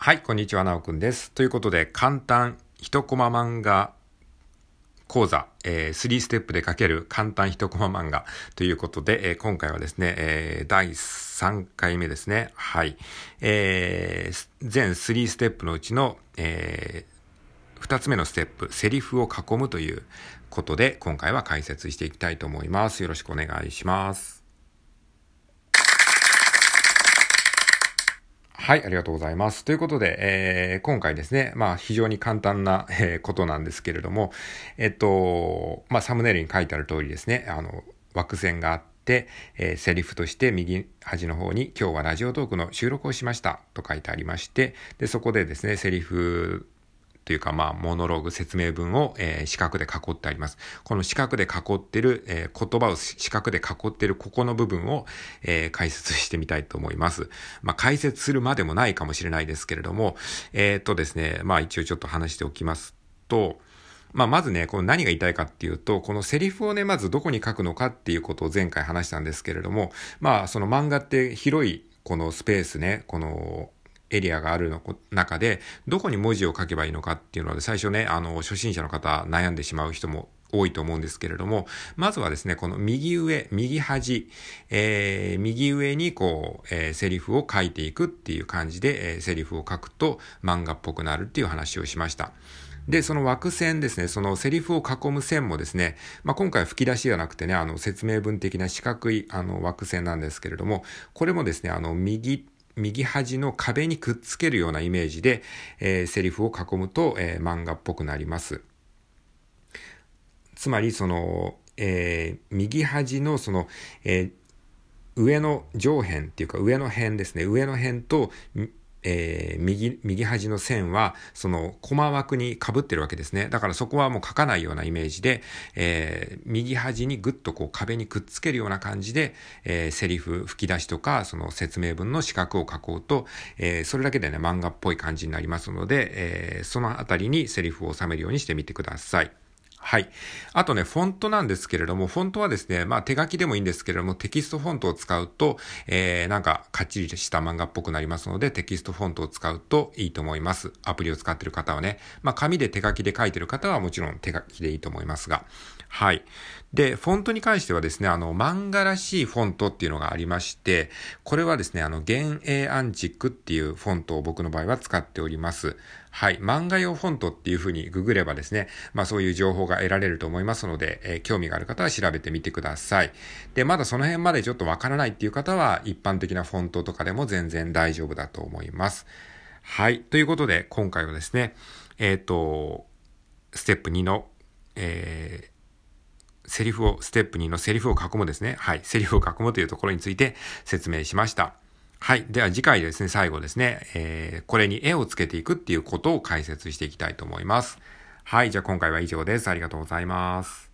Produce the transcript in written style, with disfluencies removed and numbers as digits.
はい、こんにちは、なおくんです。ということで、簡単一コマ漫画講座、3ステップで書ける簡単一コマ漫画ということで、今回はですね、第3回目ですね。はい。全3ステップのうちの、2つ目のステップ、セリフを囲むということで、今回は解説していきたいと思います。よろしくお願いします。はい、ありがとうございます。ということで、今回ですね、非常に簡単な、ことなんですけれども、サムネイルに書いてある通りですね、枠線があって、セリフとして右端の方に今日はラジオトークの収録をしましたと書いてありまして、で、そこでですね、セリフというか、モノローグ説明文を、四角で囲ってあります。この四角で囲ってる、言葉を四角で囲ってるここの部分を、解説してみたいと思います。解説するまでもないかもしれないですけれども、ですね、一応ちょっと話しておきますと、まずね、この何が言いたいかっていうと、このセリフをね、まずどこに書くのかっていうことを前回話したんですけれども、その漫画って広いこのスペースね、このエリアがあるの中で、どこに文字を書けばいいのかっていうので、最初ね、初心者の方悩んでしまう人も多いと思うんですけれども、まずはですね、この右上、右端、右上にこう、セリフを書いていくっていう感じで、セリフを書くと漫画っぽくなるっていう話をしました。で、その枠線ですね、そのセリフを囲む線もですね、今回吹き出しじゃなくてね、説明文的な四角い、枠線なんですけれども、これもですね、右端の壁にくっつけるようなイメージで、セリフを囲むと、漫画っぽくなります。つまり、その、右端のその、上の上辺っていうか上の辺ですね。上の辺と、右端の線は、その、コマ枠に被ってるわけですね。だからそこはもう書かないようなイメージで、右端にぐっとこう壁にくっつけるような感じで、セリフ、吹き出しとか、その説明文の四角を囲うと、それだけでね、漫画っぽい感じになりますので、そのあたりにセリフを収めるようにしてみてください。はい。あとね、フォントなんですけれども、フォントはですね、手書きでもいいんですけれども、テキストフォントを使うと、かっちりした漫画っぽくなりますので、テキストフォントを使うといいと思います。アプリを使っている方はね。紙で手書きで書いている方はもちろん手書きでいいと思いますが。はい。で、フォントに関してはですね、漫画らしいフォントっていうのがありまして、これはですね、幻影アンチックっていうフォントを僕の場合は使っております。はい。漫画用フォントっていう風にググればですね、そういう情報が得られると思いますので、興味がある方は調べてみてください。で、まだその辺までちょっとわからないっていう方は、一般的なフォントとかでも全然大丈夫だと思います。はい。ということで、今回はですね、ステップ2の、ステップ2のセリフを囲むですね。はい。セリフを囲むというところについて説明しました。はい。では次回ですね、最後ですね、これに絵をつけていくっていうことを解説していきたいと思います。はい。じゃあ今回は以上です。ありがとうございます。